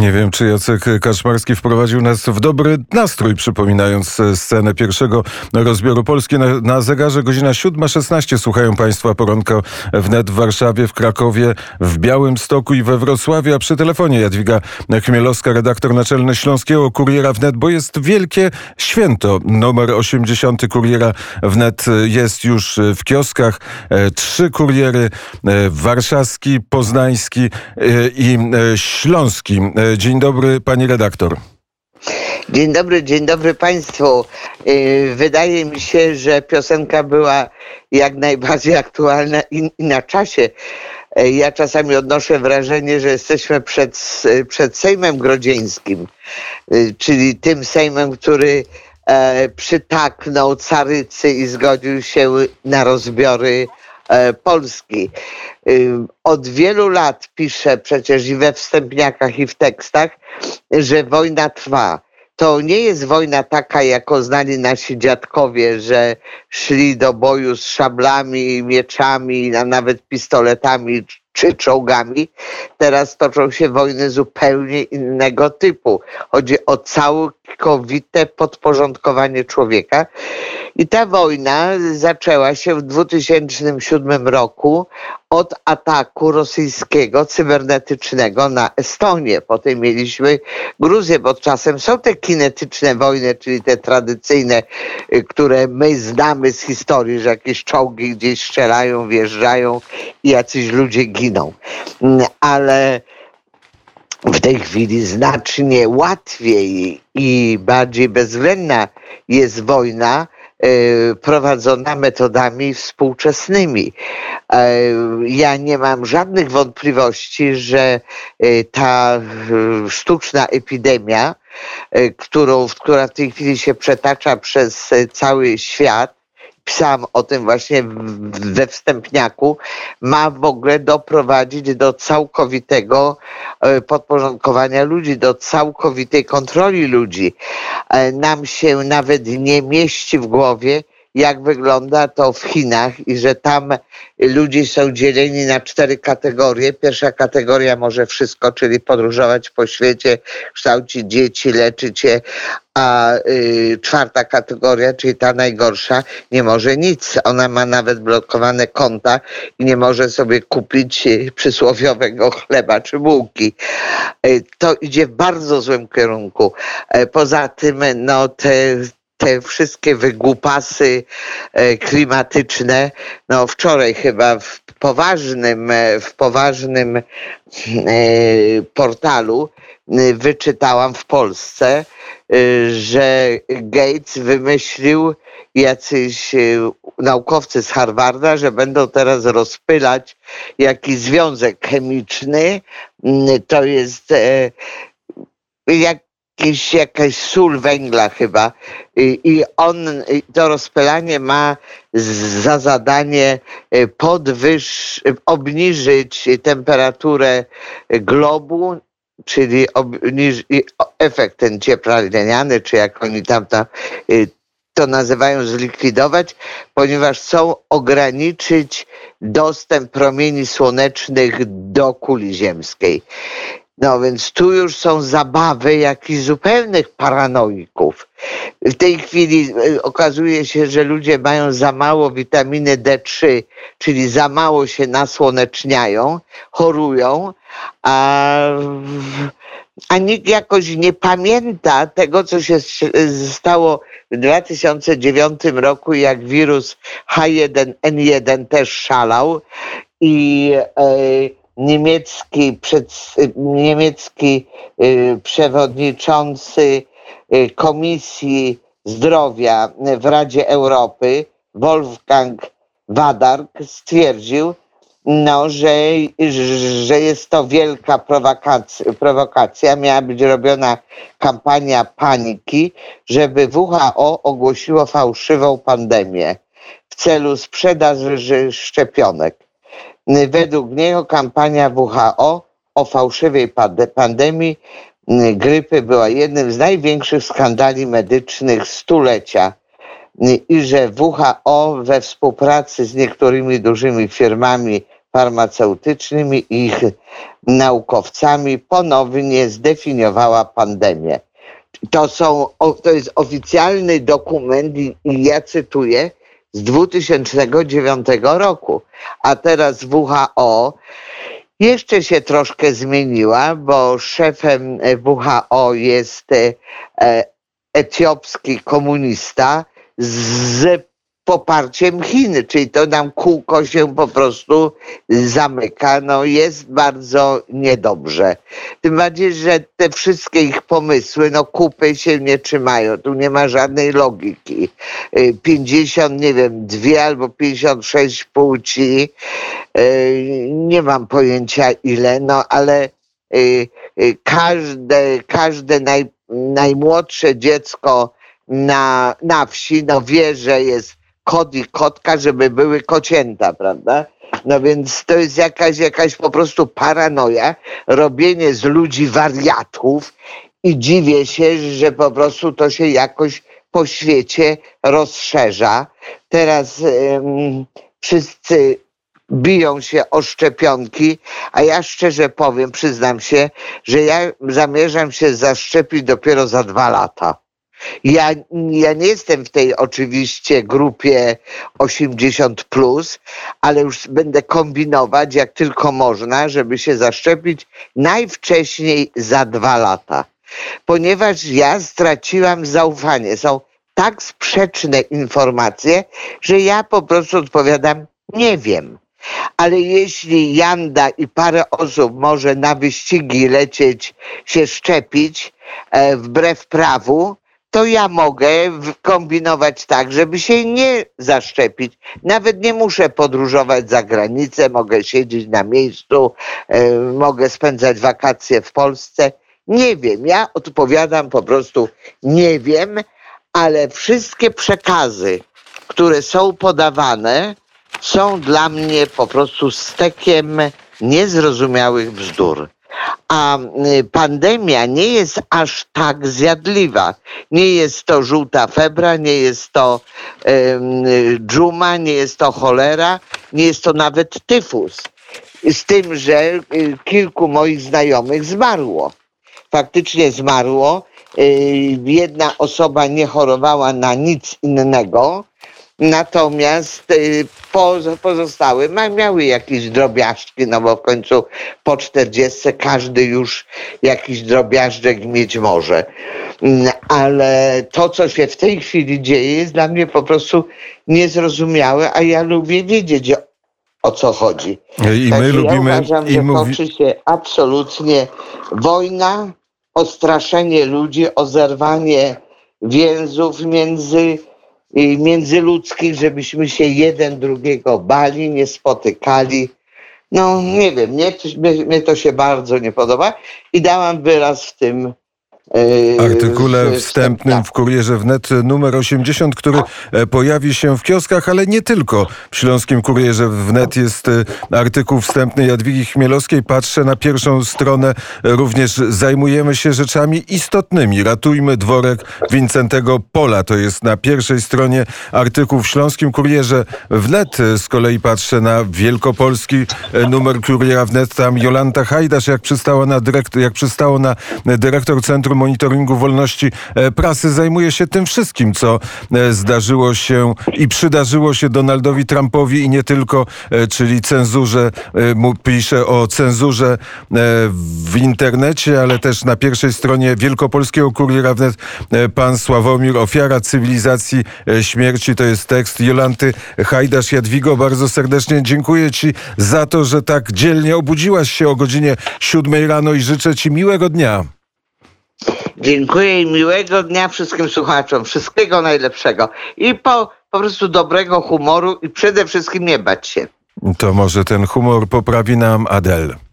Nie wiem, czy Jacek Kaczmarski wprowadził nas w dobry nastrój, przypominając scenę pierwszego rozbioru Polski. Na zegarze godzina 7:16. Słuchają Państwa Poranka wnet w Warszawie, w Krakowie, w Białymstoku i we Wrocławiu. A przy telefonie Jadwiga Chmielowska, redaktor naczelny Śląskiego Kuriera Wnet, bo jest wielkie święto. Numer 80 Kuriera Wnet jest już w kioskach. 3 kuriery: warszawski, poznański i śląski. Dzień dobry, pani redaktor. Dzień dobry Państwu. Wydaje mi się, że piosenka była jak najbardziej aktualna i na czasie. Ja czasami odnoszę wrażenie, że jesteśmy przed Sejmem Grodzieńskim, czyli tym Sejmem, który przytaknął carycy i zgodził się na rozbiory Polski. Od wielu lat pisze przecież i we wstępniakach, i w tekstach, że wojna trwa. To nie jest wojna taka, jaką znali nasi dziadkowie, że szli do boju z szablami, mieczami, a nawet pistoletami czy czołgami. Teraz toczą się wojny zupełnie innego typu. Chodzi o całkowite podporządkowanie człowieka. I ta wojna zaczęła się w 2007 roku od ataku rosyjskiego cybernetycznego na Estonię. Potem mieliśmy Gruzję, bo czasem są te kinetyczne wojny, czyli te tradycyjne, które my znamy z historii, że jakieś czołgi gdzieś strzelają, wjeżdżają i jacyś ludzie giną. Ale w tej chwili znacznie łatwiej i bardziej bezwzględna jest wojna prowadzona metodami współczesnymi. Ja nie mam żadnych wątpliwości, że ta sztuczna epidemia, która w tej chwili się przetacza przez cały świat, pisałam o tym właśnie we wstępniaku, ma w ogóle doprowadzić do całkowitego podporządkowania ludzi, do całkowitej kontroli ludzi. Nam się nawet nie mieści w głowie, jak wygląda to w Chinach i że tam ludzie są dzieleni na 4 kategorie. Pierwsza kategoria może wszystko, czyli podróżować po świecie, kształcić dzieci, leczyć je, a 4. kategoria, czyli ta najgorsza, nie może nic. Ona ma nawet blokowane konta i nie może sobie kupić przysłowiowego chleba czy bułki. To idzie w bardzo złym kierunku. Poza tym, te wszystkie wygłupasy klimatyczne, wczoraj chyba w poważnym portalu wyczytałam w Polsce, że Gates wymyślił, jacyś naukowcy z Harvarda, że będą teraz rozpylać jakiś związek chemiczny. To jest jakaś sól węgla chyba i to rozpylanie ma za zadanie obniżyć temperaturę globu, czyli efekt ten cieplarniany, czy jak oni tam to nazywają, zlikwidować, ponieważ chcą ograniczyć dostęp promieni słonecznych do kuli ziemskiej. Więc tu już są zabawy jakichś zupełnych paranoików. W tej chwili okazuje się, że ludzie mają za mało witaminy D3, czyli za mało się nasłoneczniają, chorują, a nikt jakoś nie pamięta tego, co się stało w 2009 roku, jak wirus H1N1 też szalał i niemiecki przewodniczący Komisji Zdrowia w Radzie Europy, Wolfgang Wadark, stwierdził, że jest to wielka prowokacja. Miała być robiona kampania paniki, żeby WHO ogłosiło fałszywą pandemię w celu sprzedaży szczepionek. Według niego kampania WHO o fałszywej pandemii grypy była jednym z największych skandali medycznych stulecia i że WHO we współpracy z niektórymi dużymi firmami farmaceutycznym i ich naukowcami ponownie zdefiniowała pandemię. To jest oficjalny dokument i ja cytuję z 2009 roku, a teraz WHO jeszcze się troszkę zmieniła, bo szefem WHO jest etiopski komunista z poparciem Chin, czyli to nam kółko się po prostu zamyka. No jest bardzo niedobrze. Tym bardziej, że te wszystkie ich pomysły, no kupy się nie trzymają. Tu nie ma żadnej logiki. 50, nie wiem, 2 albo 56 płci. Nie mam pojęcia ile, no ale każde najmłodsze dziecko na wsi, no wie, że jest kot i kotka, żeby były kocięta, prawda? No więc to jest jakaś po prostu paranoja, robienie z ludzi wariatów i dziwię się, że po prostu to się jakoś po świecie rozszerza. Teraz wszyscy biją się o szczepionki, a ja szczerze powiem, przyznam się, że ja zamierzam się zaszczepić dopiero za 2 lata. Ja nie jestem w tej oczywiście grupie 80+, ale już będę kombinować jak tylko można, żeby się zaszczepić najwcześniej za 2 lata. Ponieważ ja straciłam zaufanie. Są tak sprzeczne informacje, że ja po prostu odpowiadam, nie wiem. Ale jeśli Janda i parę osób może na wyścigi lecieć, się szczepić wbrew prawu, to ja mogę kombinować tak, żeby się nie zaszczepić. Nawet nie muszę podróżować za granicę, mogę siedzieć na miejscu, mogę spędzać wakacje w Polsce. Nie wiem, ja odpowiadam po prostu nie wiem, ale wszystkie przekazy, które są podawane, są dla mnie po prostu stekiem niezrozumiałych bzdur. A pandemia nie jest aż tak zjadliwa. Nie jest to żółta febra, nie jest to dżuma, nie jest to cholera, nie jest to nawet tyfus. Z tym, że kilku moich znajomych zmarło. Faktycznie zmarło. Jedna osoba nie chorowała na nic innego, natomiast pozostałe miały jakieś drobiażdżki, no bo w końcu po 40 każdy już jakiś drobiażdżek mieć może. Ale to, co się w tej chwili dzieje, jest dla mnie po prostu niezrozumiałe, a ja lubię wiedzieć, o co chodzi. I my lubimy. Ja uważam, że toczy się absolutnie wojna, ostraszenie ludzi, o zerwanie więzów międzyludzkich, żebyśmy się jeden drugiego bali, nie spotykali. No nie wiem, mnie to się bardzo nie podoba i dałam wyraz w tym artykule wstępnym w Kurierze Wnet numer 80, który pojawi się w kioskach, ale nie tylko. W Śląskim Kurierze Wnet jest artykuł wstępny Jadwigi Chmielowskiej. Patrzę na pierwszą stronę. Również zajmujemy się rzeczami istotnymi. Ratujmy dworek Wincentego Pola. To jest na pierwszej stronie artykuł w Śląskim Kurierze Wnet. Z kolei patrzę na wielkopolski numer Kuriera Wnet. Tam Jolanta Hajdasz, jak przystało na dyrektor Centrum Monitoringu Wolności Prasy, zajmuje się tym wszystkim, co zdarzyło się i przydarzyło się Donaldowi Trumpowi i nie tylko, czyli cenzurze, pisze o cenzurze w internecie, ale też na pierwszej stronie wielkopolskiego Kuriera Wnet pan Sławomir, ofiara cywilizacji śmierci. To jest tekst Jolanty Hajdasz. Jadwigo, bardzo serdecznie dziękuję Ci za to, że tak dzielnie obudziłaś się o godzinie 7 rano i życzę Ci miłego dnia. Dziękuję i miłego dnia wszystkim słuchaczom. Wszystkiego najlepszego. I po prostu dobrego humoru i przede wszystkim nie bać się. To może ten humor poprawi nam Adele.